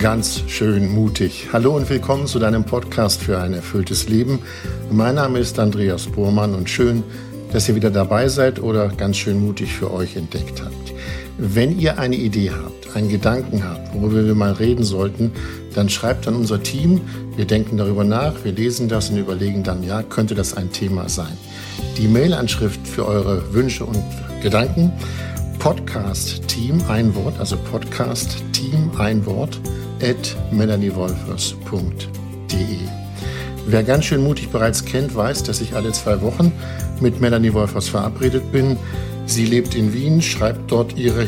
Ganz schön mutig. Hallo und willkommen zu deinem Podcast für ein erfülltes Leben. Mein Name ist Andreas Bormann und schön, dass ihr wieder dabei seid oder ganz schön mutig für euch entdeckt habt. Wenn ihr eine Idee habt, einen Gedanken habt, worüber wir mal reden sollten, dann schreibt an unser Team. Wir denken darüber nach, wir lesen das und überlegen dann, ja, könnte das ein Thema sein. Die Mailanschrift für eure Wünsche und Gedanken: Podcast-Team, ein Wort, also Podcast-Team, ein Wort, @melaniewolfers.de. Wer ganz schön mutig bereits kennt, weiß, dass ich alle 2 Wochen mit Melanie Wolfers verabredet bin. Sie lebt in Wien, schreibt dort ihre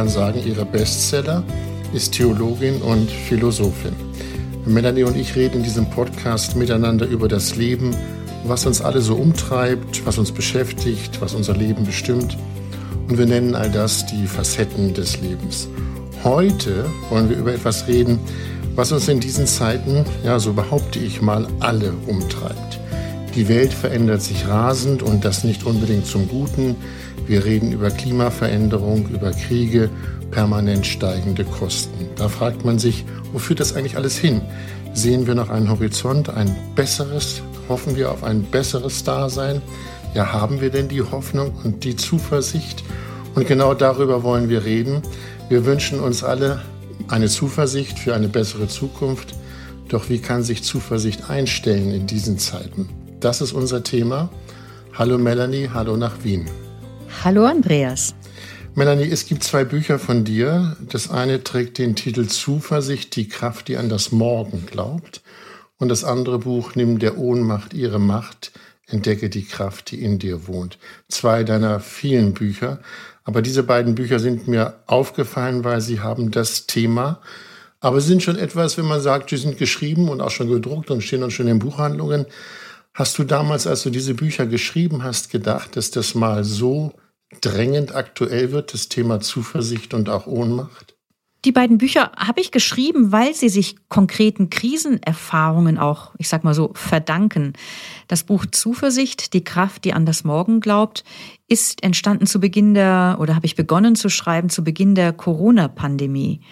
Bestseller, ist Theologin und Philosophin. Melanie und ich reden in diesem Podcast miteinander über das Leben, was uns alle so umtreibt, was uns beschäftigt, was unser Leben bestimmt. Und wir nennen all das die Facetten des Lebens. Heute wollen wir über etwas reden, was uns in diesen Zeiten, ja, so behaupte ich mal, alle umtreibt. Die Welt verändert sich rasend und das nicht unbedingt zum Guten. Wir reden über Klimaveränderung, über Kriege, permanent steigende Kosten. Da fragt man sich, wo führt das eigentlich alles hin? Sehen wir noch einen Horizont, ein besseres? Hoffen wir auf ein besseres Dasein? Ja, haben wir denn die Hoffnung und die Zuversicht? Und genau darüber wollen wir reden. Wir wünschen uns alle eine Zuversicht für eine bessere Zukunft. Doch wie kann sich Zuversicht einstellen in diesen Zeiten? Das ist unser Thema. Hallo Melanie, hallo nach Wien. Hallo Andreas. Melanie, es gibt 2 Bücher von dir. Das eine trägt den Titel Zuversicht, die Kraft, die an das Morgen glaubt. Und das andere Buch, Nimm der Ohnmacht ihre Macht, entdecke die Kraft, die in dir wohnt. 2 deiner vielen Bücher. Aber diese beiden Bücher sind mir aufgefallen, weil sie haben das Thema, aber sind schon etwas, wenn man sagt, die sind geschrieben und auch schon gedruckt und stehen dann schon in Buchhandlungen. Hast du damals, als du diese Bücher geschrieben hast, gedacht, dass das mal so drängend aktuell wird, das Thema Zuversicht und auch Ohnmacht? Die beiden Bücher habe ich geschrieben, weil sie sich konkreten Krisenerfahrungen auch, ich sag mal so, verdanken. Das Buch Zuversicht, die Kraft, die an das Morgen glaubt, ist entstanden habe ich begonnen zu schreiben zu Beginn der Corona-Pandemie.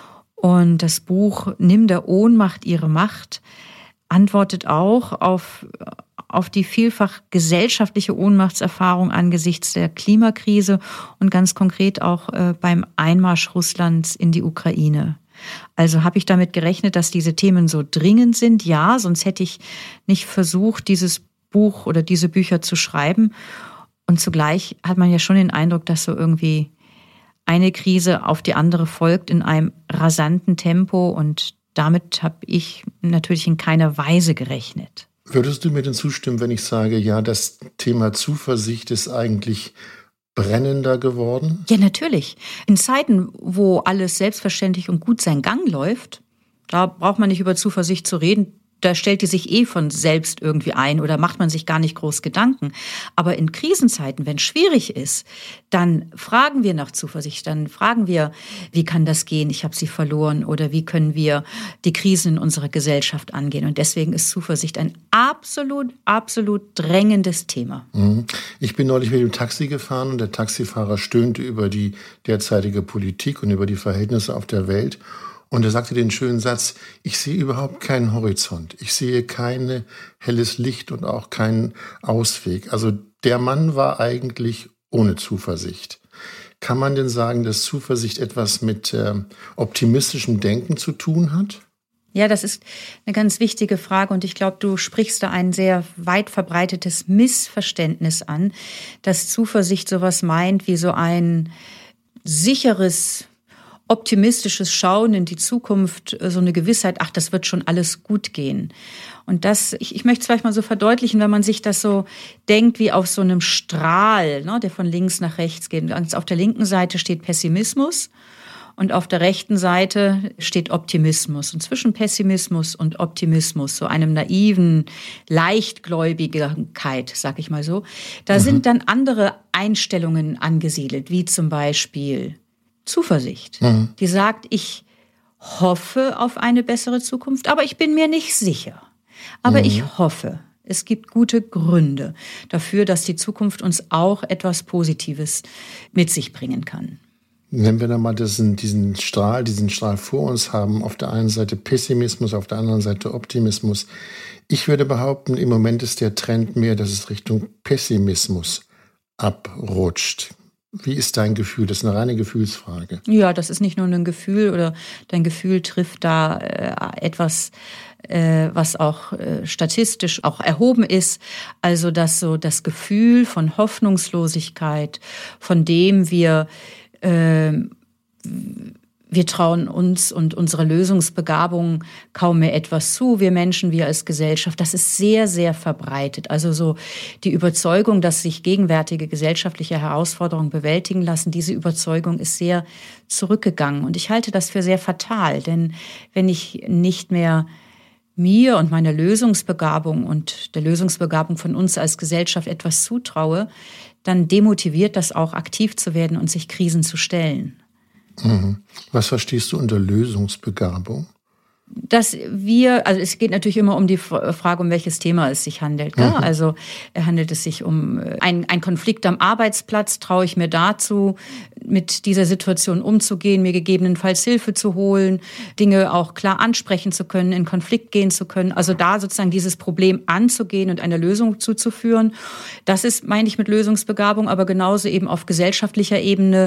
Und das Buch Nimm der Ohnmacht ihre Macht antwortet auch auf die vielfach gesellschaftliche Ohnmachtserfahrung angesichts der Klimakrise und ganz konkret auch beim Einmarsch Russlands in die Ukraine. Also habe ich damit gerechnet, dass diese Themen so dringend sind? Ja, sonst hätte ich nicht versucht, dieses Buch oder diese Bücher zu schreiben. Und zugleich hat man ja schon den Eindruck, dass so irgendwie eine Krise auf die andere folgt in einem rasanten Tempo, und damit habe ich natürlich in keiner Weise gerechnet. Würdest du mir denn zustimmen, wenn ich sage, ja, das Thema Zuversicht ist eigentlich brennender geworden? Ja, natürlich. In Zeiten, wo alles selbstverständlich und gut seinen Gang läuft, da braucht man nicht über Zuversicht zu reden. Da stellt die sich von selbst irgendwie ein oder macht man sich gar nicht groß Gedanken. Aber in Krisenzeiten, wenn es schwierig ist, dann fragen wir nach Zuversicht. Dann fragen wir, wie kann das gehen? Ich habe sie verloren. Oder wie können wir die Krisen in unserer Gesellschaft angehen? Und deswegen ist Zuversicht ein absolut, absolut drängendes Thema. Ich bin neulich mit dem Taxi gefahren und der Taxifahrer stöhnte über die derzeitige Politik und über die Verhältnisse auf der Welt. Und er sagte den schönen Satz: Ich sehe überhaupt keinen Horizont. Ich sehe kein helles Licht und auch keinen Ausweg. Also der Mann war eigentlich ohne Zuversicht. Kann man denn sagen, dass Zuversicht etwas mit optimistischem Denken zu tun hat? Ja, das ist eine ganz wichtige Frage, und ich glaube, du sprichst da ein sehr weit verbreitetes Missverständnis an, dass Zuversicht sowas meint wie so ein sicheres, optimistisches Schauen in die Zukunft, so eine Gewissheit, ach, das wird schon alles gut gehen. Und ich möchte es vielleicht mal so verdeutlichen, wenn man sich das so denkt wie auf so einem Strahl, ne, der von links nach rechts geht. Und auf der linken Seite steht Pessimismus und auf der rechten Seite steht Optimismus. Und zwischen Pessimismus und Optimismus, so einem naiven Leichtgläubigkeit, sag ich mal so, da sind dann andere Einstellungen angesiedelt, wie zum Beispiel Zuversicht, die sagt, ich hoffe auf eine bessere Zukunft, aber ich bin mir nicht sicher. Aber ich hoffe, es gibt gute Gründe dafür, dass die Zukunft uns auch etwas Positives mit sich bringen kann. Wenn wir dann mal diesen Strahl vor uns haben, auf der einen Seite Pessimismus, auf der anderen Seite Optimismus. Ich würde behaupten, im Moment ist der Trend mehr, dass es Richtung Pessimismus abrutscht. Wie ist dein Gefühl? Das ist eine reine Gefühlsfrage. Ja, das ist nicht nur ein Gefühl oder dein Gefühl trifft da etwas, was auch statistisch auch erhoben ist. Also, dass so das Gefühl von Hoffnungslosigkeit, von dem wir trauen uns und unserer Lösungsbegabung kaum mehr etwas zu. Wir Menschen, wir als Gesellschaft, das ist sehr, sehr verbreitet. Also so die Überzeugung, dass sich gegenwärtige gesellschaftliche Herausforderungen bewältigen lassen, diese Überzeugung ist sehr zurückgegangen. Und ich halte das für sehr fatal, denn wenn ich nicht mehr mir und meiner Lösungsbegabung und der Lösungsbegabung von uns als Gesellschaft etwas zutraue, dann demotiviert das auch, aktiv zu werden und sich Krisen zu stellen. Was verstehst du unter Lösungsbegabung? Also es geht natürlich immer um die Frage, um welches Thema es sich handelt. Gell? Also handelt es sich um einen Konflikt am Arbeitsplatz, traue ich mir dazu, mit dieser Situation umzugehen, mir gegebenenfalls Hilfe zu holen, Dinge auch klar ansprechen zu können, in Konflikt gehen zu können. Also da sozusagen dieses Problem anzugehen und eine Lösung zuzuführen. Das ist, meine ich, mit Lösungsbegabung, aber genauso eben auf gesellschaftlicher Ebene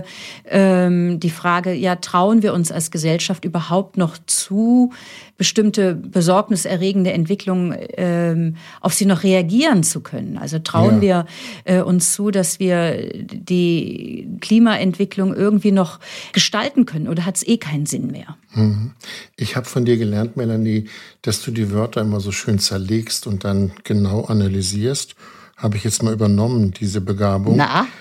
die Frage, ja, trauen wir uns als Gesellschaft überhaupt noch zu, bestimmte besorgniserregende Entwicklungen, auf sie noch reagieren zu können. Also trauen wir uns zu, dass wir die Klimaentwicklung irgendwie noch gestalten können oder hat es keinen Sinn mehr? Ich habe von dir gelernt, Melanie, dass du die Wörter immer so schön zerlegst und dann genau analysierst. Habe ich jetzt mal übernommen, diese Begabung.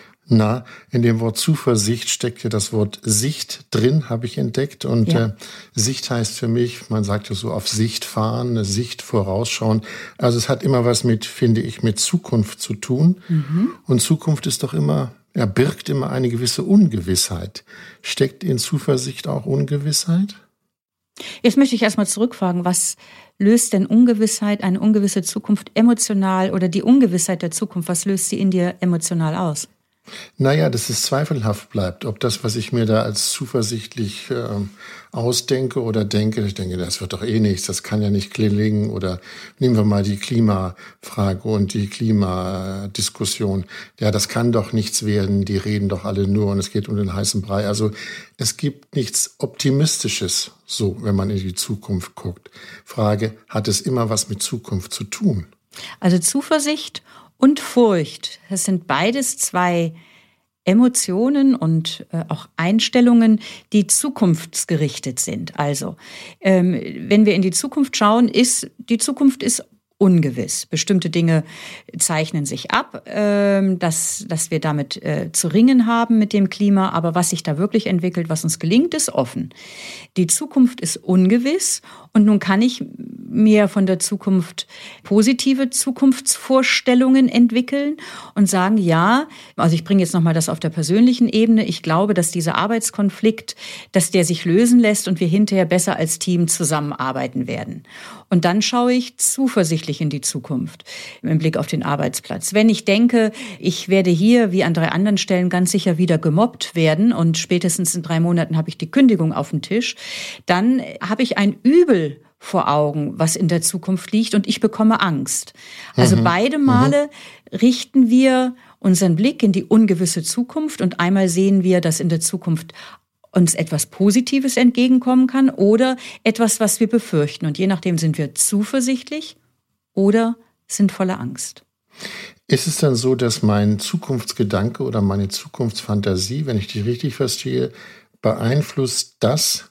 Na, in dem Wort Zuversicht steckt ja das Wort Sicht drin, habe ich entdeckt. Und Sicht heißt für mich, man sagt ja so, auf Sicht fahren, eine Sicht vorausschauen. Also es hat immer was mit, finde ich, mit Zukunft zu tun. Und Zukunft ist doch immer, birgt immer eine gewisse Ungewissheit. Steckt in Zuversicht auch Ungewissheit? Jetzt möchte ich erstmal zurückfragen, was löst denn Ungewissheit, eine ungewisse Zukunft emotional oder die Ungewissheit der Zukunft, was löst sie in dir emotional aus? Naja, dass es zweifelhaft bleibt, ob das, was ich mir da als zuversichtlich ausdenke oder denke, ich denke, das wird doch nichts, das kann ja nicht gelingen. Oder nehmen wir mal die Klimafrage und die Klimadiskussion. Ja, das kann doch nichts werden, die reden doch alle nur und es geht um den heißen Brei. Also es gibt nichts Optimistisches, so wenn man in die Zukunft guckt. Frage, hat es immer was mit Zukunft zu tun? Also Zuversicht und Furcht, das sind beides zwei Emotionen und auch Einstellungen, die zukunftsgerichtet sind. Also, wenn wir in die Zukunft schauen, die Zukunft ist ungewiss. Bestimmte Dinge zeichnen sich ab, dass wir damit zu ringen haben mit dem Klima. Aber was sich da wirklich entwickelt, was uns gelingt, ist offen. Die Zukunft ist ungewiss und nun kann ich mir von der Zukunft positive Zukunftsvorstellungen entwickeln und sagen, ja, also ich bringe jetzt nochmal das auf der persönlichen Ebene. Ich glaube, dass dieser Arbeitskonflikt, dass der sich lösen lässt und wir hinterher besser als Team zusammenarbeiten werden. Und dann schaue ich zuversichtlich in die Zukunft im Blick auf den Arbeitsplatz. Wenn ich denke, ich werde hier wie an 3 anderen Stellen ganz sicher wieder gemobbt werden und spätestens in 3 Monaten habe ich die Kündigung auf dem Tisch, dann habe ich ein Übel vor Augen, was in der Zukunft liegt und ich bekomme Angst. Also beide Male richten wir unseren Blick in die ungewisse Zukunft und einmal sehen wir, dass in der Zukunft uns etwas Positives entgegenkommen kann oder etwas, was wir befürchten. Und je nachdem sind wir zuversichtlich oder sind voller Angst. Ist es dann so, dass mein Zukunftsgedanke oder meine Zukunftsfantasie, wenn ich die richtig verstehe, beeinflusst das,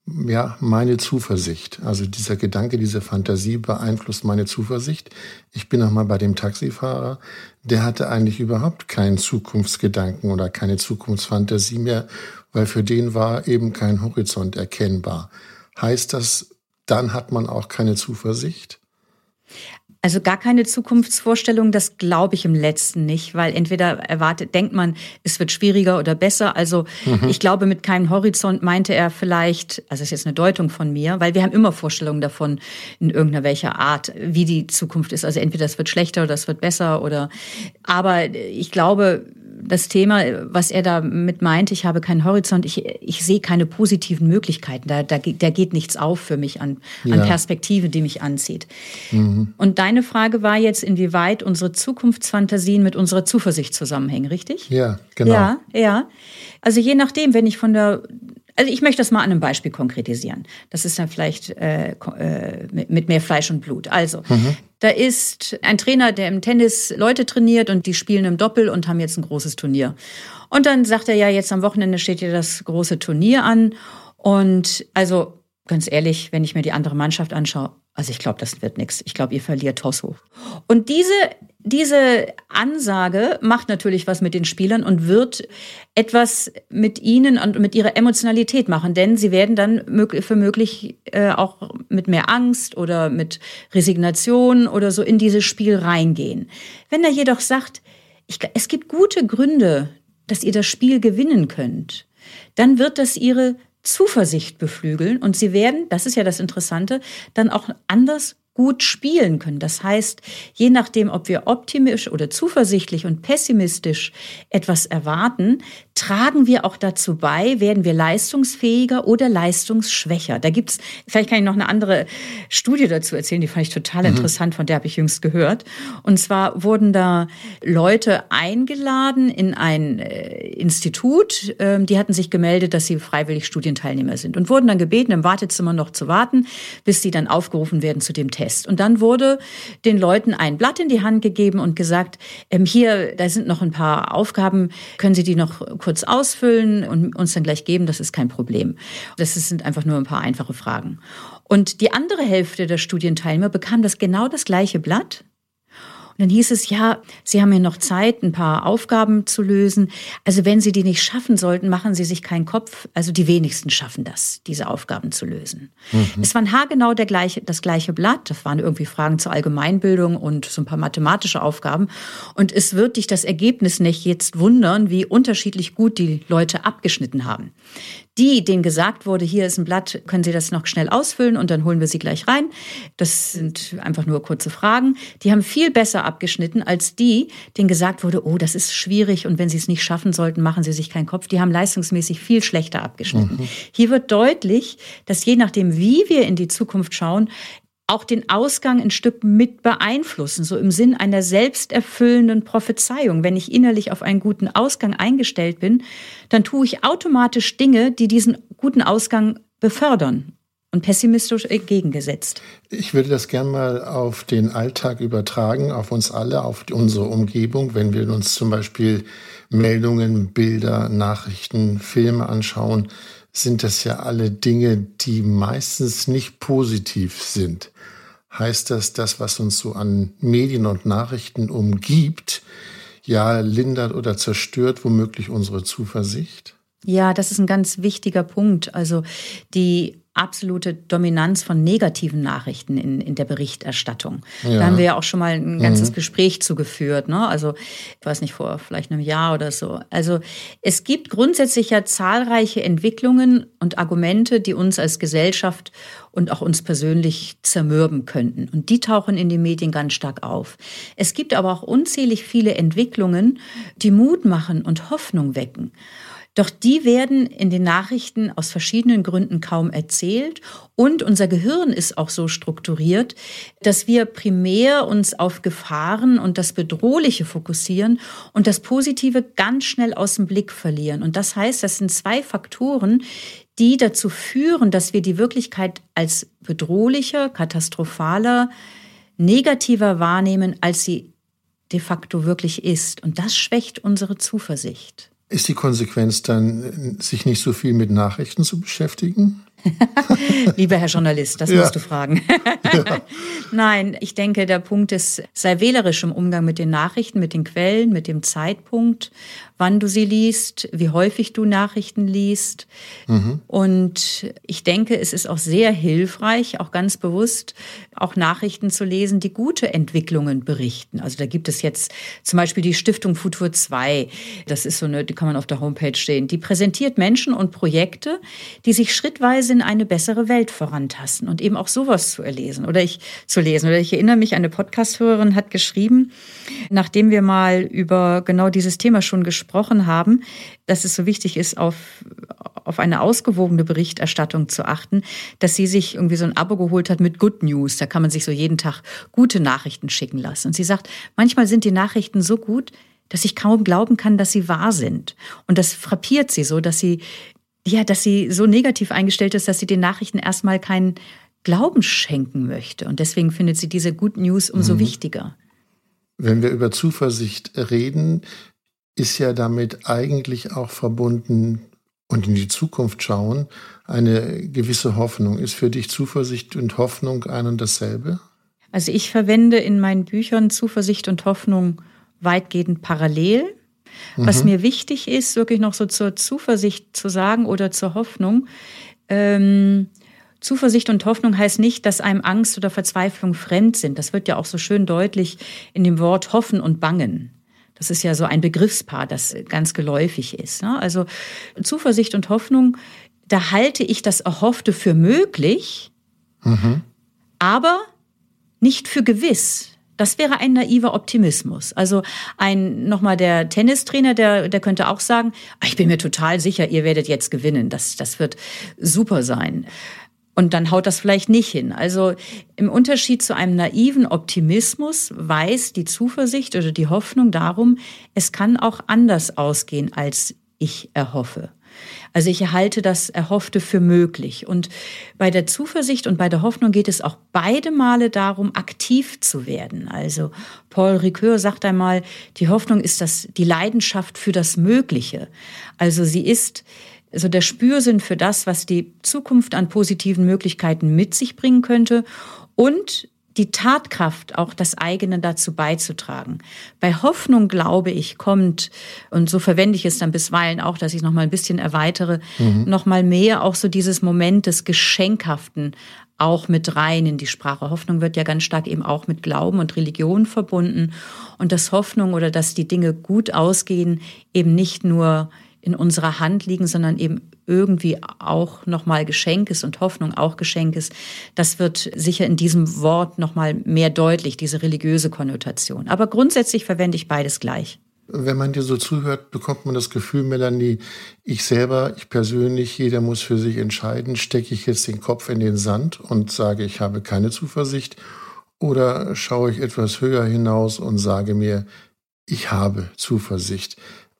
meine Zuversicht? Also dieser Gedanke, diese Fantasie beeinflusst meine Zuversicht. Ich bin nochmal bei dem Taxifahrer, der hatte eigentlich überhaupt keinen Zukunftsgedanken oder keine Zukunftsfantasie mehr, weil für den war eben kein Horizont erkennbar. Heißt das, dann hat man auch keine Zuversicht? Also gar keine Zukunftsvorstellung, das glaube ich im Letzten nicht, weil entweder denkt man, es wird schwieriger oder besser. Also ich glaube, mit keinem Horizont meinte er vielleicht, also das ist jetzt eine Deutung von mir, weil wir haben immer Vorstellungen davon, in irgendeiner welcher Art, wie die Zukunft ist. Also entweder es wird schlechter oder es wird besser aber ich glaube, das Thema, was er damit meinte, ich habe keinen Horizont, ich sehe keine positiven Möglichkeiten. Da geht nichts auf für mich an Perspektive, die mich anzieht. Mhm. Und deine Frage war jetzt, inwieweit unsere Zukunftsfantasien mit unserer Zuversicht zusammenhängen, richtig? Ja, genau. Ja. Also je nachdem, wenn ich also ich möchte das mal an einem Beispiel konkretisieren. Das ist dann vielleicht mit mehr Fleisch und Blut. Also, da ist ein Trainer, der im Tennis Leute trainiert und die spielen im Doppel und haben jetzt ein großes Turnier. Und dann sagt er, ja, jetzt am Wochenende steht ja das große Turnier an. Und also ganz ehrlich, wenn ich mir die andere Mannschaft anschaue, also ich glaube, das wird nichts. Ich glaube, ihr verliert haushoch. Und diese Ansage macht natürlich was mit den Spielern und wird etwas mit ihnen und mit ihrer Emotionalität machen. Denn sie werden dann möglich auch mit mehr Angst oder mit Resignation oder so in dieses Spiel reingehen. Wenn er jedoch sagt, es gibt gute Gründe, dass ihr das Spiel gewinnen könnt, dann wird das ihre Zuversicht beflügeln und sie werden, das ist ja das Interessante, dann auch anders gut spielen können. Das heißt, je nachdem, ob wir optimistisch oder zuversichtlich und pessimistisch etwas erwarten, tragen wir auch dazu bei, werden wir leistungsfähiger oder leistungsschwächer. Da gibt's, vielleicht kann ich noch eine andere Studie dazu erzählen, die fand ich total interessant, von der habe ich jüngst gehört. Und zwar wurden da Leute eingeladen in ein Institut, die hatten sich gemeldet, dass sie freiwillig Studienteilnehmer sind und wurden dann gebeten, im Wartezimmer noch zu warten, bis sie dann aufgerufen werden zu dem Test. Und dann wurde den Leuten ein Blatt in die Hand gegeben und gesagt, hier, da sind noch ein paar Aufgaben, können Sie die noch kurz ausfüllen und uns dann gleich geben, das ist kein Problem. Das sind einfach nur ein paar einfache Fragen. Und die andere Hälfte der Studienteilnehmer bekam genau das gleiche Blatt. Und dann hieß es, ja, Sie haben ja noch Zeit, ein paar Aufgaben zu lösen. Also wenn Sie die nicht schaffen sollten, machen Sie sich keinen Kopf. Also die wenigsten schaffen das, diese Aufgaben zu lösen. Es waren haargenau das gleiche Blatt. Das waren irgendwie Fragen zur Allgemeinbildung und so ein paar mathematische Aufgaben. Und es wird dich das Ergebnis nicht jetzt wundern, wie unterschiedlich gut die Leute abgeschnitten haben. Denen gesagt wurde, hier ist ein Blatt, können Sie das noch schnell ausfüllen und dann holen wir Sie gleich rein. Das sind einfach nur kurze Fragen. Die haben viel besser abgeschnitten als denen gesagt wurde, oh, das ist schwierig und wenn Sie es nicht schaffen sollten, machen Sie sich keinen Kopf. Die haben leistungsmäßig viel schlechter abgeschnitten. Hier wird deutlich, dass je nachdem, wie wir in die Zukunft schauen, auch den Ausgang ein Stück mit beeinflussen, so im Sinn einer selbsterfüllenden Prophezeiung. Wenn ich innerlich auf einen guten Ausgang eingestellt bin, dann tue ich automatisch Dinge, die diesen guten Ausgang befördern und pessimistisch entgegengesetzt. Ich würde das gern mal auf den Alltag übertragen, auf uns alle, auf unsere Umgebung. Wenn wir uns zum Beispiel Meldungen, Bilder, Nachrichten, Filme anschauen, sind das ja alle Dinge, die meistens nicht positiv sind. Heißt das, was uns so an Medien und Nachrichten umgibt, ja, lindert oder zerstört womöglich unsere Zuversicht? Ja, das ist ein ganz wichtiger Punkt. Also die absolute Dominanz von negativen Nachrichten in der Berichterstattung. Ja. Da haben wir ja auch schon mal ein ganzes Gespräch zugeführt, ne? Also, ich weiß nicht, vor vielleicht einem Jahr oder so. Also, es gibt grundsätzlich ja zahlreiche Entwicklungen und Argumente, die uns als Gesellschaft und auch uns persönlich zermürben könnten. Und die tauchen in den Medien ganz stark auf. Es gibt aber auch unzählig viele Entwicklungen, die Mut machen und Hoffnung wecken. Doch die werden in den Nachrichten aus verschiedenen Gründen kaum erzählt. Und unser Gehirn ist auch so strukturiert, dass wir primär uns auf Gefahren und das Bedrohliche fokussieren und das Positive ganz schnell aus dem Blick verlieren. Und das heißt, das sind zwei Faktoren, die dazu führen, dass wir die Wirklichkeit als bedrohlicher, katastrophaler, negativer wahrnehmen, als sie de facto wirklich ist. Und das schwächt unsere Zuversicht. Ist die Konsequenz dann, sich nicht so viel mit Nachrichten zu beschäftigen? Lieber Herr Journalist, das musst du fragen. Ja. Nein, ich denke, der Punkt ist, sei wählerisch im Umgang mit den Nachrichten, mit den Quellen, mit dem Zeitpunkt, wann du sie liest, wie häufig du Nachrichten liest. Und ich denke, es ist auch sehr hilfreich, auch ganz bewusst, auch Nachrichten zu lesen, die gute Entwicklungen berichten. Also da gibt es jetzt zum Beispiel die Stiftung Futur 2. Das ist so die kann man auf der Homepage sehen. Die präsentiert Menschen und Projekte, die sich schrittweise in eine bessere Welt vorantasten und eben auch sowas zu lesen. Oder ich erinnere mich, eine Podcast-Hörerin hat geschrieben, nachdem wir mal über genau dieses Thema schon gesprochen haben, dass es so wichtig ist, auf eine ausgewogene Berichterstattung zu achten, dass sie sich irgendwie so ein Abo geholt hat mit Good News. Da kann man sich so jeden Tag gute Nachrichten schicken lassen. Und sie sagt, manchmal sind die Nachrichten so gut, dass ich kaum glauben kann, dass sie wahr sind. Und das frappiert sie so, dass sie so negativ eingestellt ist, dass sie den Nachrichten erstmal keinen Glauben schenken möchte. Und deswegen findet sie diese Good News umso wichtiger. Wenn wir über Zuversicht reden, ist ja damit eigentlich auch verbunden und in die Zukunft schauen, eine gewisse Hoffnung. Ist für dich Zuversicht und Hoffnung ein und dasselbe? Also ich verwende in meinen Büchern Zuversicht und Hoffnung weitgehend parallel. Was mir wichtig ist, wirklich noch so zur Zuversicht zu sagen oder zur Hoffnung. Zuversicht und Hoffnung heißt nicht, dass einem Angst oder Verzweiflung fremd sind. Das wird ja auch so schön deutlich in dem Wort Hoffen und Bangen. Das ist ja so ein Begriffspaar, das ganz geläufig ist. Also Zuversicht und Hoffnung, da halte ich das Erhoffte für möglich, aber nicht für gewiss. Das wäre ein naiver Optimismus. Also der Tennistrainer, der könnte auch sagen, ich bin mir total sicher, ihr werdet jetzt gewinnen. Das wird super sein. Und dann haut das vielleicht nicht hin. Also im Unterschied zu einem naiven Optimismus weiß die Zuversicht oder die Hoffnung darum, es kann auch anders ausgehen, als ich erhoffe. Also ich halte das Erhoffte für möglich. Und bei der Zuversicht und bei der Hoffnung geht es auch beide Male darum, aktiv zu werden. Also Paul Ricoeur sagt einmal, die Hoffnung ist die Leidenschaft für das Mögliche. Also sie ist der Spürsinn für das, was die Zukunft an positiven Möglichkeiten mit sich bringen könnte und die Tatkraft, auch das eigene dazu beizutragen. Bei Hoffnung, glaube ich, kommt, und so verwende ich es dann bisweilen auch, dass ich es noch mal ein bisschen erweitere, noch mal mehr auch so dieses Moment des Geschenkhaften auch mit rein in die Sprache. Hoffnung wird ja ganz stark eben auch mit Glauben und Religion verbunden. Und dass Hoffnung oder dass die Dinge gut ausgehen, eben nicht nur in unserer Hand liegen, sondern eben irgendwie auch nochmal Geschenk ist und Hoffnung auch Geschenk ist. Das wird sicher in diesem Wort nochmal mehr deutlich, diese religiöse Konnotation. Aber grundsätzlich verwende ich beides gleich. Wenn man dir so zuhört, bekommt man das Gefühl, Melanie, ich persönlich, jeder muss für sich entscheiden, stecke ich jetzt den Kopf in den Sand und sage, ich habe keine Zuversicht, oder schaue ich etwas höher hinaus und sage mir, ich habe Zuversicht.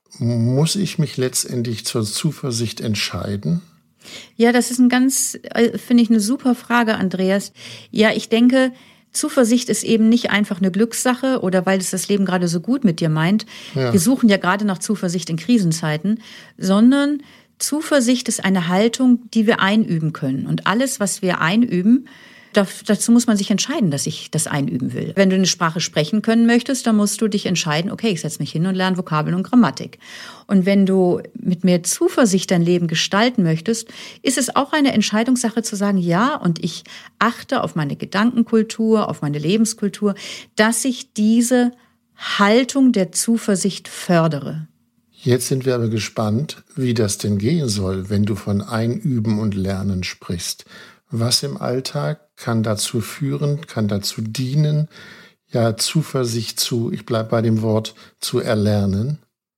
Muss ich mich letztendlich zur Zuversicht entscheiden? Ja, das ist finde ich, eine super Frage, Andreas. Ja, ich denke, Zuversicht ist eben nicht einfach eine Glückssache oder weil es das Leben gerade so gut mit dir meint. Ja. Wir suchen ja gerade nach Zuversicht in Krisenzeiten, sondern Zuversicht ist eine Haltung, die wir einüben können. Und alles, was wir einüben, dazu muss man sich entscheiden, dass ich das einüben will. Wenn du eine Sprache sprechen können möchtest, dann musst du dich entscheiden, okay, ich setze mich hin und lerne Vokabeln und Grammatik. Und wenn du mit mehr Zuversicht dein Leben gestalten möchtest, ist es auch eine Entscheidungssache zu sagen, ja, und ich achte auf meine Gedankenkultur, auf meine Lebenskultur, dass ich diese Haltung der Zuversicht fördere. Jetzt sind wir aber gespannt, wie das denn gehen soll, wenn du von Einüben und Lernen sprichst. Was im Alltag kann dazu führen, kann dazu dienen, ja, Zuversicht ich bleibe bei dem Wort, zu erlernen?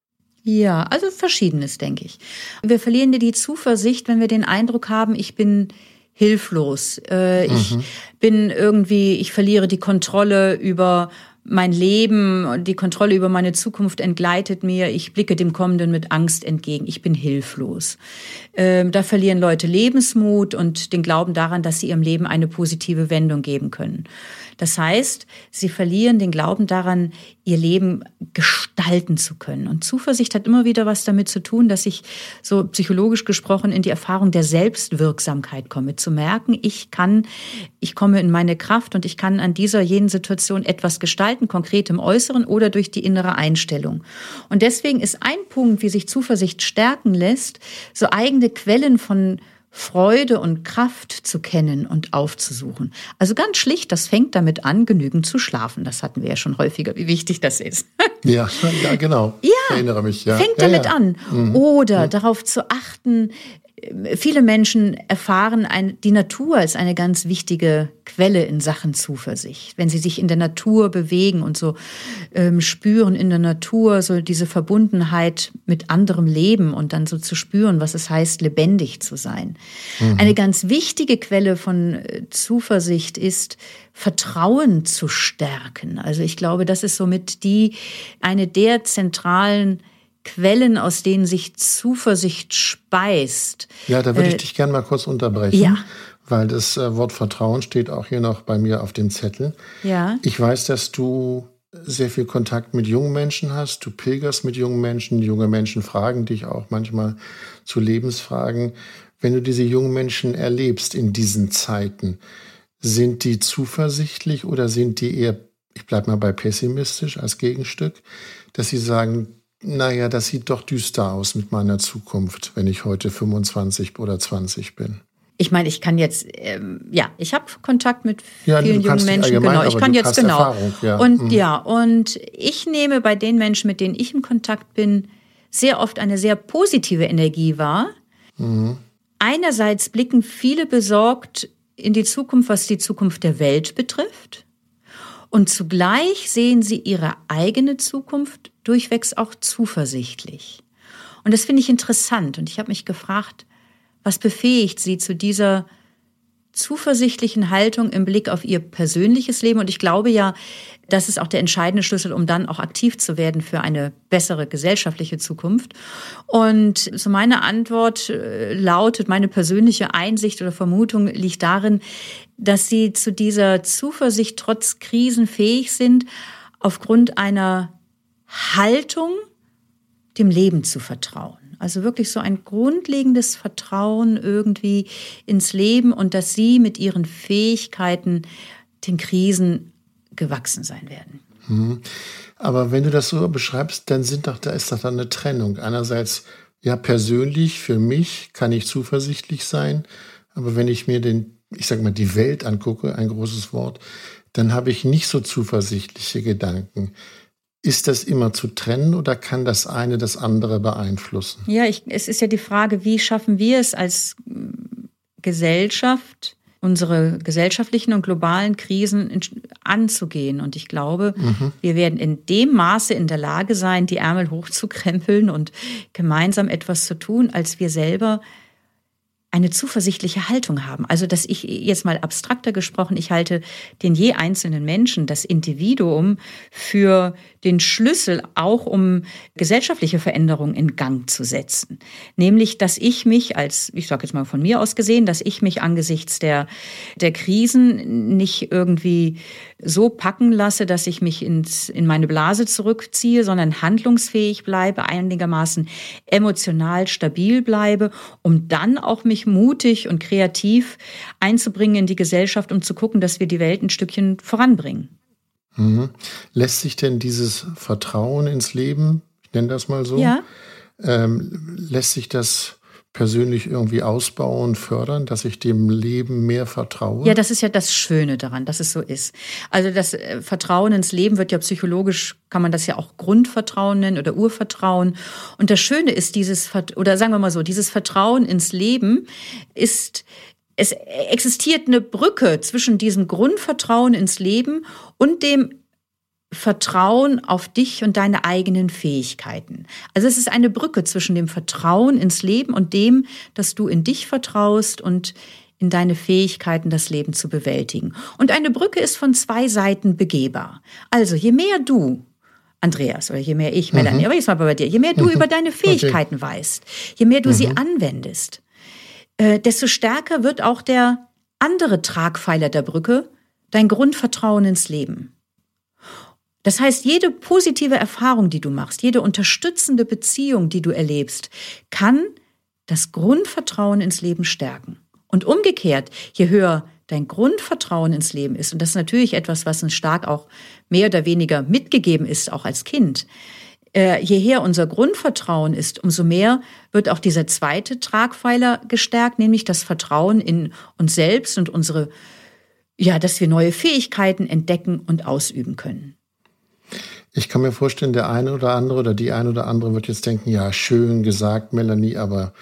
Ja, also Verschiedenes, denke ich. Wir verlieren die Zuversicht, wenn wir den Eindruck haben, ich bin hilflos. Ich verliere die Kontrolle über mein Leben, die Kontrolle über meine Zukunft entgleitet mir. Ich blicke dem Kommenden mit Angst entgegen. Ich bin hilflos. Da verlieren Leute Lebensmut und den Glauben daran, dass sie ihrem Leben eine positive Wendung geben können. Das heißt, sie verlieren den Glauben daran, ihr Leben gestalten zu können. Und Zuversicht hat immer wieder was damit zu tun, dass ich so psychologisch gesprochen in die Erfahrung der Selbstwirksamkeit komme. Zu merken, ich komme in meine Kraft und ich kann an jenen Situation etwas gestalten, konkret im Äußeren oder durch die innere Einstellung. Und deswegen ist ein Punkt, wie sich Zuversicht stärken lässt, so eigene Quellen von Freude und Kraft zu kennen und aufzusuchen. Also ganz schlicht, das fängt damit an, genügend zu schlafen. Das hatten wir ja schon häufiger, wie wichtig das ist. Ja, genau. Ja, ich erinnere mich. Ja. Fängt damit an. Oder darauf zu achten, viele Menschen erfahren die Natur als eine ganz wichtige Quelle in Sachen Zuversicht. Wenn sie sich in der Natur bewegen und so spüren in der Natur so diese Verbundenheit mit anderem Leben und dann so zu spüren, was es heißt, lebendig zu sein. Eine ganz wichtige Quelle von Zuversicht ist, Vertrauen zu stärken. Also ich glaube, das ist somit eine der zentralen Quellen, aus denen sich Zuversicht speist. Ja, da würde ich dich gerne mal kurz unterbrechen, weil das Wort Vertrauen steht auch hier noch bei mir auf dem Zettel. Ja. Ich weiß, dass du sehr viel Kontakt mit jungen Menschen hast. Du pilgerst mit jungen Menschen. Junge Menschen fragen dich auch manchmal zu Lebensfragen. Wenn du diese jungen Menschen erlebst in diesen Zeiten, sind die zuversichtlich oder sind die eher, ich bleibe mal bei pessimistisch als Gegenstück, dass sie sagen, naja, das sieht doch düster aus mit meiner Zukunft, wenn ich heute 25 oder 20 bin. Ich meine, ich kann jetzt, ich habe Kontakt mit vielen jungen Menschen, genau. Ich kann jetzt Erfahrung, ja. Und ich nehme bei den Menschen, mit denen ich im Kontakt bin, sehr oft eine sehr positive Energie wahr. Einerseits blicken viele besorgt in die Zukunft, was die Zukunft der Welt betrifft. Und zugleich sehen sie ihre eigene Zukunft durchwegs auch zuversichtlich. Und das finde ich interessant. Und ich habe mich gefragt, was befähigt sie zu dieser zuversichtlichen Haltung im Blick auf ihr persönliches Leben? Und ich glaube ja, das ist auch der entscheidende Schlüssel, um dann auch aktiv zu werden für eine bessere gesellschaftliche Zukunft. Und so meine Antwort lautet, meine persönliche Einsicht oder Vermutung liegt darin, dass sie zu dieser Zuversicht trotz Krisen fähig sind, aufgrund einer Haltung dem Leben zu vertrauen. Also wirklich so ein grundlegendes Vertrauen irgendwie ins Leben und dass sie mit ihren Fähigkeiten den Krisen gewachsen sein werden. Aber wenn du das so beschreibst, dann ist doch dann eine Trennung. Einerseits, ja, persönlich, für mich kann ich zuversichtlich sein, aber wenn ich mir die Welt angucke, ein großes Wort, dann habe ich nicht so zuversichtliche Gedanken. Ist das immer zu trennen oder kann das eine das andere beeinflussen? Ja, es ist ja die Frage, wie schaffen wir es als Gesellschaft, unsere gesellschaftlichen und globalen Krisen anzugehen. Und ich glaube, wir werden in dem Maße in der Lage sein, die Ärmel hochzukrempeln und gemeinsam etwas zu tun, als wir selber eine zuversichtliche Haltung haben. Also, dass ich jetzt mal abstrakter gesprochen, ich halte den je einzelnen Menschen, das Individuum, für den Schlüssel, auch um gesellschaftliche Veränderungen in Gang zu setzen. Nämlich, dass ich mich ich sage jetzt mal von mir aus gesehen, dass ich mich angesichts der Krisen nicht irgendwie so packen lasse, dass ich mich in meine Blase zurückziehe, sondern handlungsfähig bleibe, einigermaßen emotional stabil bleibe, um dann auch mich mutig und kreativ einzubringen in die Gesellschaft, um zu gucken, dass wir die Welt ein Stückchen voranbringen. Lässt sich denn dieses Vertrauen ins Leben, ich nenne das mal so, lässt sich das persönlich irgendwie ausbauen, fördern, dass ich dem Leben mehr vertraue? Ja, das ist ja das Schöne daran, dass es so ist. Also das Vertrauen ins Leben wird ja psychologisch, kann man das ja auch Grundvertrauen nennen oder Urvertrauen. Und das Schöne ist dieses Vertrauen ins Leben es existiert eine Brücke zwischen diesem Grundvertrauen ins Leben und dem Vertrauen auf dich und deine eigenen Fähigkeiten. Also es ist eine Brücke zwischen dem Vertrauen ins Leben und dem, dass du in dich vertraust und in deine Fähigkeiten, das Leben zu bewältigen. Und eine Brücke ist von zwei Seiten begehbar. Also je mehr du, Andreas, oder je mehr ich, Melanie, aber jetzt mal bei dir, je mehr du über deine Fähigkeiten weißt, je mehr du sie anwendest, desto stärker wird auch der andere Tragpfeiler der Brücke, dein Grundvertrauen ins Leben. Das heißt, jede positive Erfahrung, die du machst, jede unterstützende Beziehung, die du erlebst, kann das Grundvertrauen ins Leben stärken. Und umgekehrt, je höher dein Grundvertrauen ins Leben ist, und das ist natürlich etwas, was uns stark auch mehr oder weniger mitgegeben ist, auch als Kind, je höher unser Grundvertrauen ist, umso mehr wird auch dieser zweite Tragpfeiler gestärkt, nämlich das Vertrauen in uns selbst und dass wir neue Fähigkeiten entdecken und ausüben können. Ich kann mir vorstellen, der eine oder andere oder die eine oder andere wird jetzt denken, ja, schön gesagt, Melanie, aber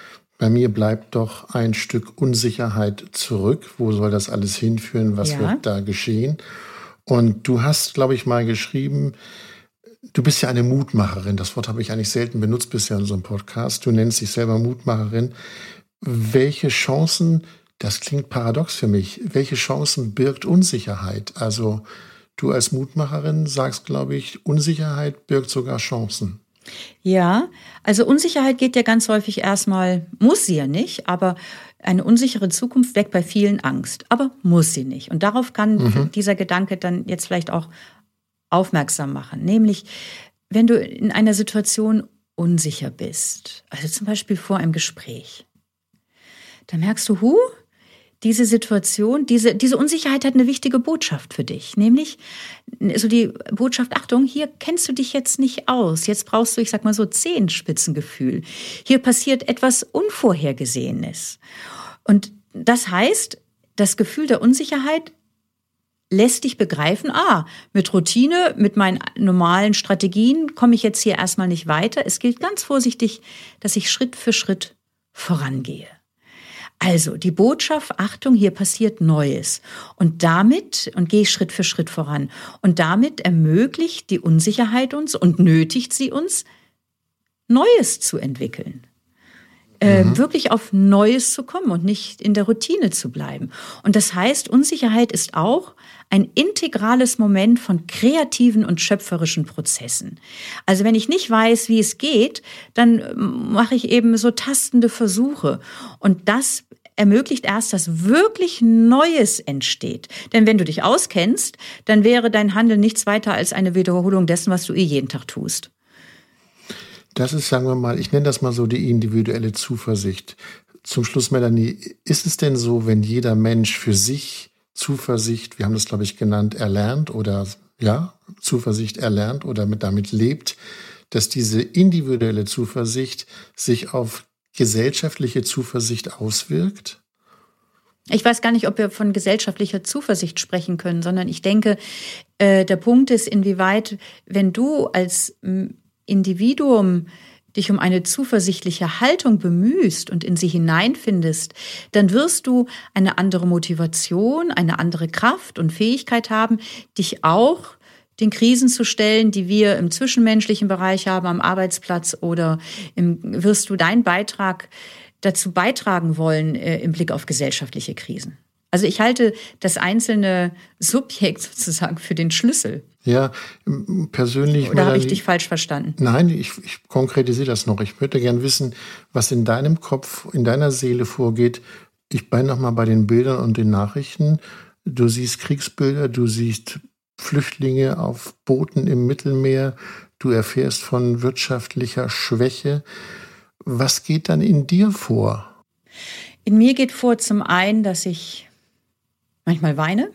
bei mir bleibt doch ein Stück Unsicherheit zurück. Wo soll das alles hinführen? Was wird da geschehen? Und du hast, glaube ich, mal geschrieben, du bist ja eine Mutmacherin. Das Wort habe ich eigentlich selten benutzt bisher in unserem Podcast. Du nennst dich selber Mutmacherin. Welche Chancen, das klingt paradox für mich, welche Chancen birgt Unsicherheit? Also du als Mutmacherin sagst, glaube ich, Unsicherheit birgt sogar Chancen. Ja, also Unsicherheit geht ja ganz häufig erstmal, muss sie ja nicht, aber eine unsichere Zukunft weckt bei vielen Angst, aber muss sie nicht. Und darauf kann dieser Gedanke dann jetzt vielleicht auch aufmerksam machen. Nämlich, wenn du in einer Situation unsicher bist, also zum Beispiel vor einem Gespräch, dann merkst du, diese Situation, diese Unsicherheit hat eine wichtige Botschaft für dich. Nämlich so die Botschaft, Achtung, hier kennst du dich jetzt nicht aus. Jetzt brauchst du, ich sag mal so, Zehenspitzengefühl. Hier passiert etwas Unvorhergesehenes. Und das heißt, das Gefühl der Unsicherheit lässt dich begreifen, mit Routine, mit meinen normalen Strategien komme ich jetzt hier erstmal nicht weiter. Es gilt ganz vorsichtig, dass ich Schritt für Schritt vorangehe. Also die Botschaft, Achtung, hier passiert Neues. Und gehe Schritt für Schritt voran. Und damit ermöglicht die Unsicherheit uns und nötigt sie uns, Neues zu entwickeln. Wirklich auf Neues zu kommen und nicht in der Routine zu bleiben. Und das heißt, Unsicherheit ist auch ein integrales Moment von kreativen und schöpferischen Prozessen. Also wenn ich nicht weiß, wie es geht, dann mache ich eben so tastende Versuche. Und das ermöglicht erst, dass wirklich Neues entsteht. Denn wenn du dich auskennst, dann wäre dein Handeln nichts weiter als eine Wiederholung dessen, was du jeden Tag tust. Das ist, sagen wir mal, ich nenne das mal so die individuelle Zuversicht. Zum Schluss, Melanie, ist es denn so, wenn jeder Mensch für sich Zuversicht, wir haben das, glaube ich, genannt, erlernt oder Zuversicht erlernt oder damit lebt, dass diese individuelle Zuversicht sich auf gesellschaftliche Zuversicht auswirkt? Ich weiß gar nicht, ob wir von gesellschaftlicher Zuversicht sprechen können, sondern ich denke, der Punkt ist, inwieweit, wenn du als Individuum dich um eine zuversichtliche Haltung bemühst und in sie hineinfindest, dann wirst du eine andere Motivation, eine andere Kraft und Fähigkeit haben, dich auch den Krisen zu stellen, die wir im zwischenmenschlichen Bereich haben, am Arbeitsplatz, oder wirst du deinen Beitrag dazu beitragen wollen im Blick auf gesellschaftliche Krisen. Also ich halte das einzelne Subjekt sozusagen für den Schlüssel. Ja, persönlich. Oder habe ich dich falsch verstanden? Nein, ich konkretisiere das noch. Ich würde gerne wissen, was in deinem Kopf, in deiner Seele vorgeht. Ich bin noch mal bei den Bildern und den Nachrichten. Du siehst Kriegsbilder, du siehst Flüchtlinge auf Booten im Mittelmeer, du erfährst von wirtschaftlicher Schwäche. Was geht dann in dir vor? In mir geht vor zum einen, dass ich manchmal weine.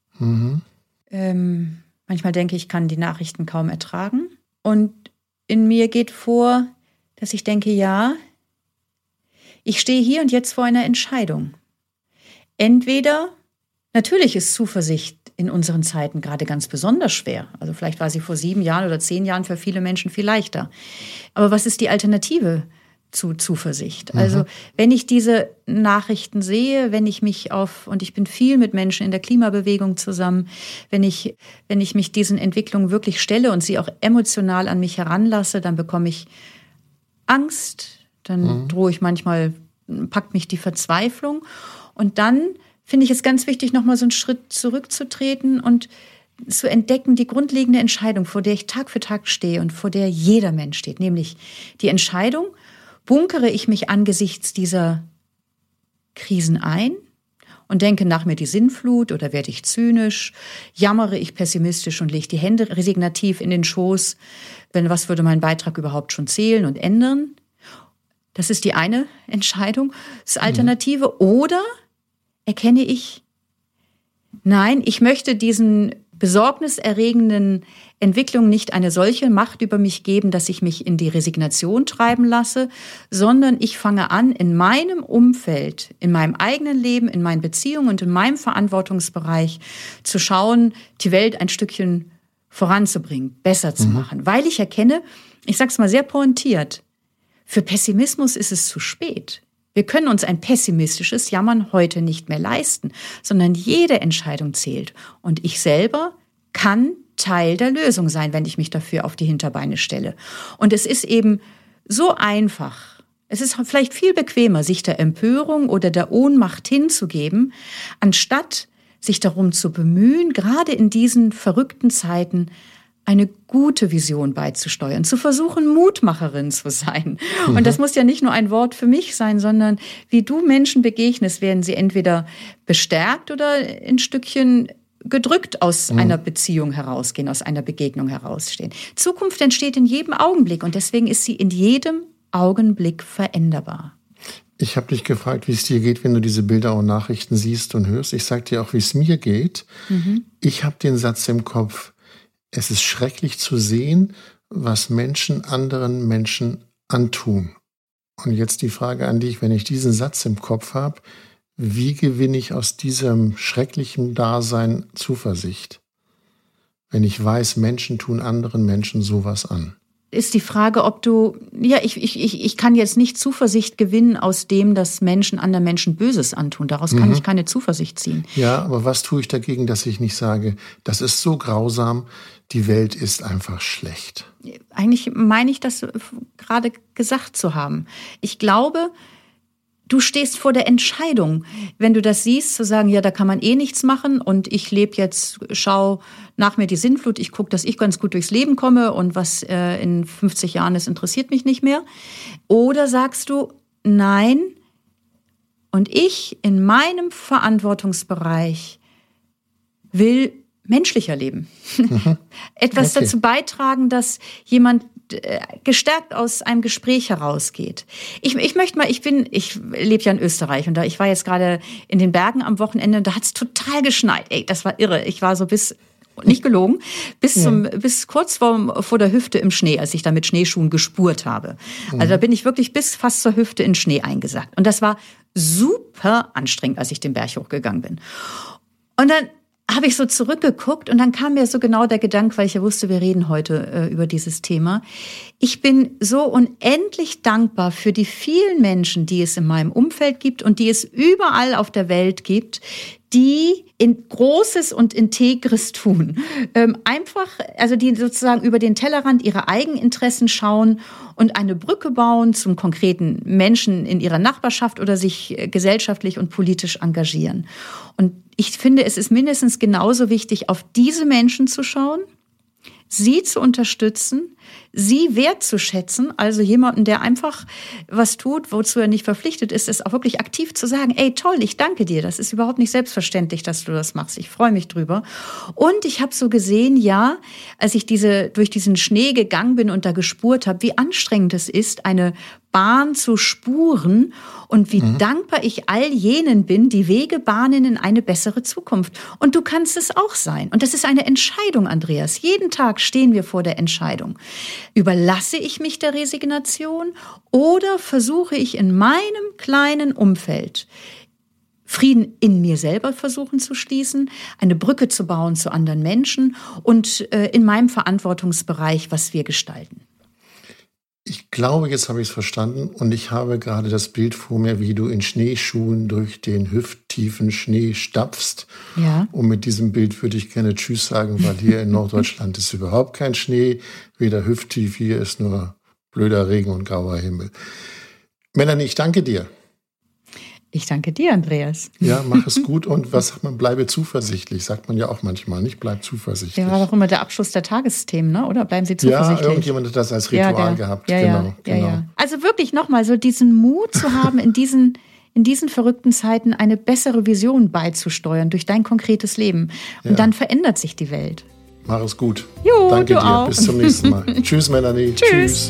Manchmal denke ich, kann die Nachrichten kaum ertragen. Und in mir geht vor, dass ich denke, ja, ich stehe hier und jetzt vor einer Entscheidung. Entweder, natürlich ist Zuversicht in unseren Zeiten gerade ganz besonders schwer. Also vielleicht war sie vor 7 Jahren oder 10 Jahren für viele Menschen viel leichter. Aber was ist die Alternative zu Zuversicht? Also wenn ich diese Nachrichten sehe, wenn ich mich und ich bin viel mit Menschen in der Klimabewegung zusammen, wenn ich mich diesen Entwicklungen wirklich stelle und sie auch emotional an mich heranlasse, dann bekomme ich Angst, dann drohe ich manchmal, packt mich die Verzweiflung. Und dann finde ich es ganz wichtig, nochmal so einen Schritt zurückzutreten und zu entdecken, die grundlegende Entscheidung, vor der ich Tag für Tag stehe und vor der jeder Mensch steht, nämlich die Entscheidung: Bunkere ich mich angesichts dieser Krisen ein und denke nach mir die Sinnflut, oder werde ich zynisch, jammere ich pessimistisch und lege die Hände resignativ in den Schoß, was würde mein Beitrag überhaupt schon zählen und ändern? Das ist die eine Entscheidung. Das Alternative. Oder erkenne ich, nein, ich möchte diesen besorgniserregenden Entwicklung nicht eine solche Macht über mich geben, dass ich mich in die Resignation treiben lasse, sondern ich fange an, in meinem Umfeld, in meinem eigenen Leben, in meinen Beziehungen und in meinem Verantwortungsbereich zu schauen, die Welt ein Stückchen voranzubringen, besser zu machen. Weil ich erkenne, ich sage es mal sehr pointiert, für Pessimismus ist es zu spät. Wir können uns ein pessimistisches Jammern heute nicht mehr leisten, sondern jede Entscheidung zählt. Und ich selber kann Teil der Lösung sein, wenn ich mich dafür auf die Hinterbeine stelle. Und es ist eben so einfach. Es ist vielleicht viel bequemer, sich der Empörung oder der Ohnmacht hinzugeben, anstatt sich darum zu bemühen, gerade in diesen verrückten Zeiten eine gute Vision beizusteuern, zu versuchen, Mutmacherin zu sein. Und das muss ja nicht nur ein Wort für mich sein, sondern wie du Menschen begegnest, werden sie entweder bestärkt oder ein Stückchen gedrückt aus einer Beziehung herausgehen, aus einer Begegnung herausstehen. Zukunft entsteht in jedem Augenblick und deswegen ist sie in jedem Augenblick veränderbar. Ich habe dich gefragt, wie es dir geht, wenn du diese Bilder und Nachrichten siehst und hörst. Ich sage dir auch, wie es mir geht. Ich habe den Satz im Kopf: Es ist schrecklich zu sehen, was Menschen anderen Menschen antun. Und jetzt die Frage an dich, wenn ich diesen Satz im Kopf habe, wie gewinne ich aus diesem schrecklichen Dasein Zuversicht? Wenn ich weiß, Menschen tun anderen Menschen sowas an. Ist die Frage, ob du, ich kann jetzt nicht Zuversicht gewinnen aus dem, dass Menschen anderen Menschen Böses antun. Daraus kann ich keine Zuversicht ziehen. Ja, aber was tue ich dagegen, dass ich nicht sage, das ist so grausam, die Welt ist einfach schlecht? Eigentlich meine ich das gerade gesagt zu haben. Ich glaube, du stehst vor der Entscheidung, wenn du das siehst, zu sagen, ja, da kann man eh nichts machen und ich lebe jetzt, schau nach mir die Sintflut, ich gucke, dass ich ganz gut durchs Leben komme und was in 50 Jahren ist, interessiert mich nicht mehr. Oder sagst du, nein, und ich in meinem Verantwortungsbereich will menschlicher leben. Etwas dazu beitragen, dass jemand gestärkt aus einem Gespräch herausgeht. Ich lebe ja in Österreich und ich war jetzt gerade in den Bergen am Wochenende und da hat es total geschneit. Ey, das war irre. Ich war so nicht gelogen, bis kurz vor der Hüfte im Schnee, als ich da mit Schneeschuhen gespurt habe. Also da bin ich wirklich bis fast zur Hüfte in Schnee eingesackt. Und das war super anstrengend, als ich den Berg hochgegangen bin. Und dann habe ich so zurückgeguckt und dann kam mir so genau der Gedanke, weil ich ja wusste, wir reden heute über dieses Thema. Ich bin so unendlich dankbar für die vielen Menschen, die es in meinem Umfeld gibt und die es überall auf der Welt gibt, die in Großes und Integres tun. Die sozusagen über den Tellerrand ihrer Eigeninteressen schauen und eine Brücke bauen zum konkreten Menschen in ihrer Nachbarschaft oder sich gesellschaftlich und politisch engagieren. Und ich finde, es ist mindestens genauso wichtig, auf diese Menschen zu schauen, sie zu unterstützen, sie wertzuschätzen, also jemanden, der einfach was tut, wozu er nicht verpflichtet ist, ist auch wirklich aktiv zu sagen, ey, toll, ich danke dir, das ist überhaupt nicht selbstverständlich, dass du das machst, ich freue mich drüber. Und ich habe so gesehen, ja, als ich durch diesen Schnee gegangen bin und da gespurt habe, wie anstrengend es ist, eine Bahn zu spuren und wie dankbar ich all jenen bin, die Wege bahnen in eine bessere Zukunft. Und du kannst es auch sein. Und das ist eine Entscheidung, Andreas. Jeden Tag stehen wir vor der Entscheidung. Überlasse ich mich der Resignation oder versuche ich in meinem kleinen Umfeld Frieden in mir selber versuchen zu schließen, eine Brücke zu bauen zu anderen Menschen und in meinem Verantwortungsbereich, was wir gestalten? Ich glaube, jetzt habe ich es verstanden und ich habe gerade das Bild vor mir, wie du in Schneeschuhen durch den hüfttiefen Schnee stapfst. Ja. Und mit diesem Bild würde ich gerne Tschüss sagen, weil hier in Norddeutschland ist überhaupt kein Schnee, weder hüfttief, hier ist nur blöder Regen und grauer Himmel. Melanie, ich danke dir. Ich danke dir, Andreas. Ja, mach es gut und was sagt man, bleibe zuversichtlich, sagt man ja auch manchmal, nicht? Bleib zuversichtlich. Ja, war doch immer der Abschluss der Tagesthemen, ne? Oder bleiben Sie zuversichtlich? Ja, irgendjemand hat das als Ritual gehabt. Genau. Also wirklich nochmal, so diesen Mut zu haben, in diesen verrückten Zeiten eine bessere Vision beizusteuern durch dein konkretes Leben. Und dann verändert sich die Welt. Mach es gut. Jo, danke dir. Auch. Bis zum nächsten Mal. Tschüss, Melanie. Tschüss.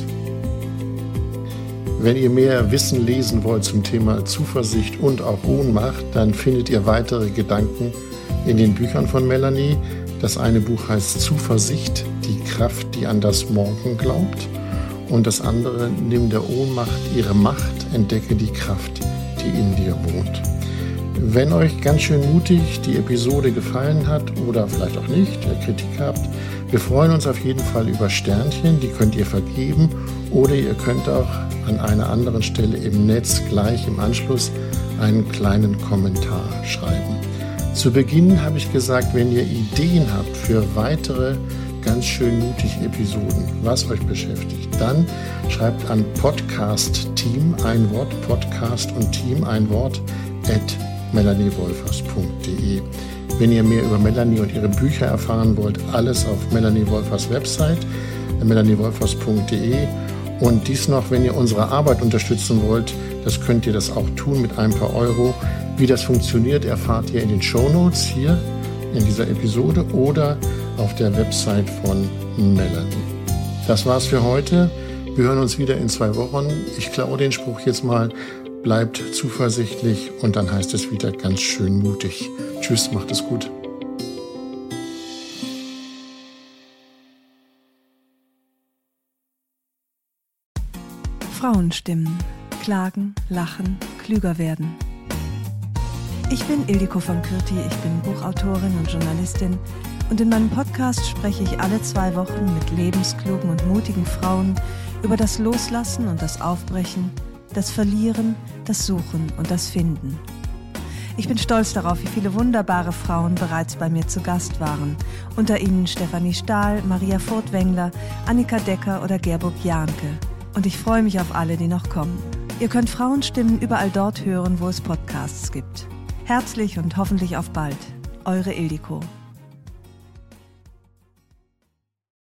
Wenn ihr mehr Wissen lesen wollt zum Thema Zuversicht und auch Ohnmacht, dann findet ihr weitere Gedanken in den Büchern von Melanie. Das eine Buch heißt Zuversicht, die Kraft, die an das Morgen glaubt. Und das andere, nimm der Ohnmacht ihre Macht, entdecke die Kraft, die in dir wohnt. Wenn euch ganz schön mutig die Episode gefallen hat oder vielleicht auch nicht, ihr Kritik habt, wir freuen uns auf jeden Fall über Sternchen, die könnt ihr vergeben Oder ihr könnt auch an einer anderen Stelle im Netz gleich im Anschluss einen kleinen Kommentar schreiben. Zu Beginn habe ich gesagt, wenn ihr Ideen habt für weitere ganz schön mutig Episoden, was euch beschäftigt, dann schreibt an Podcast-Team ein Wort, Podcast und Team ein Wort, @melaniewolfers.de. Wenn ihr mehr über Melanie und ihre Bücher erfahren wollt, alles auf Melanie Wolfers Website, melaniewolfers.de. Und dies noch, wenn ihr unsere Arbeit unterstützen wollt, das könnt ihr das auch tun mit ein paar Euro. Wie das funktioniert, erfahrt ihr in den Shownotes hier in dieser Episode oder auf der Website von Melanie. Das war's für heute. Wir hören uns wieder in 2 Wochen. Ich klaue den Spruch jetzt mal. Bleibt zuversichtlich und dann heißt es wieder ganz schön mutig. Tschüss, macht es gut. Frauenstimmen. Klagen, lachen, klüger werden. Ich bin Ildiko von Kürti, ich bin Buchautorin und Journalistin und in meinem Podcast spreche ich alle 2 Wochen mit lebensklugen und mutigen Frauen über das Loslassen und das Aufbrechen, das Verlieren, das Suchen und das Finden. Ich bin stolz darauf, wie viele wunderbare Frauen bereits bei mir zu Gast waren. Unter ihnen Stefanie Stahl, Maria Furtwängler, Annika Decker oder Gerburg Jahnke. Und ich freue mich auf alle, die noch kommen. Ihr könnt Frauenstimmen überall dort hören, wo es Podcasts gibt. Herzlich und hoffentlich auf bald. Eure Ildiko.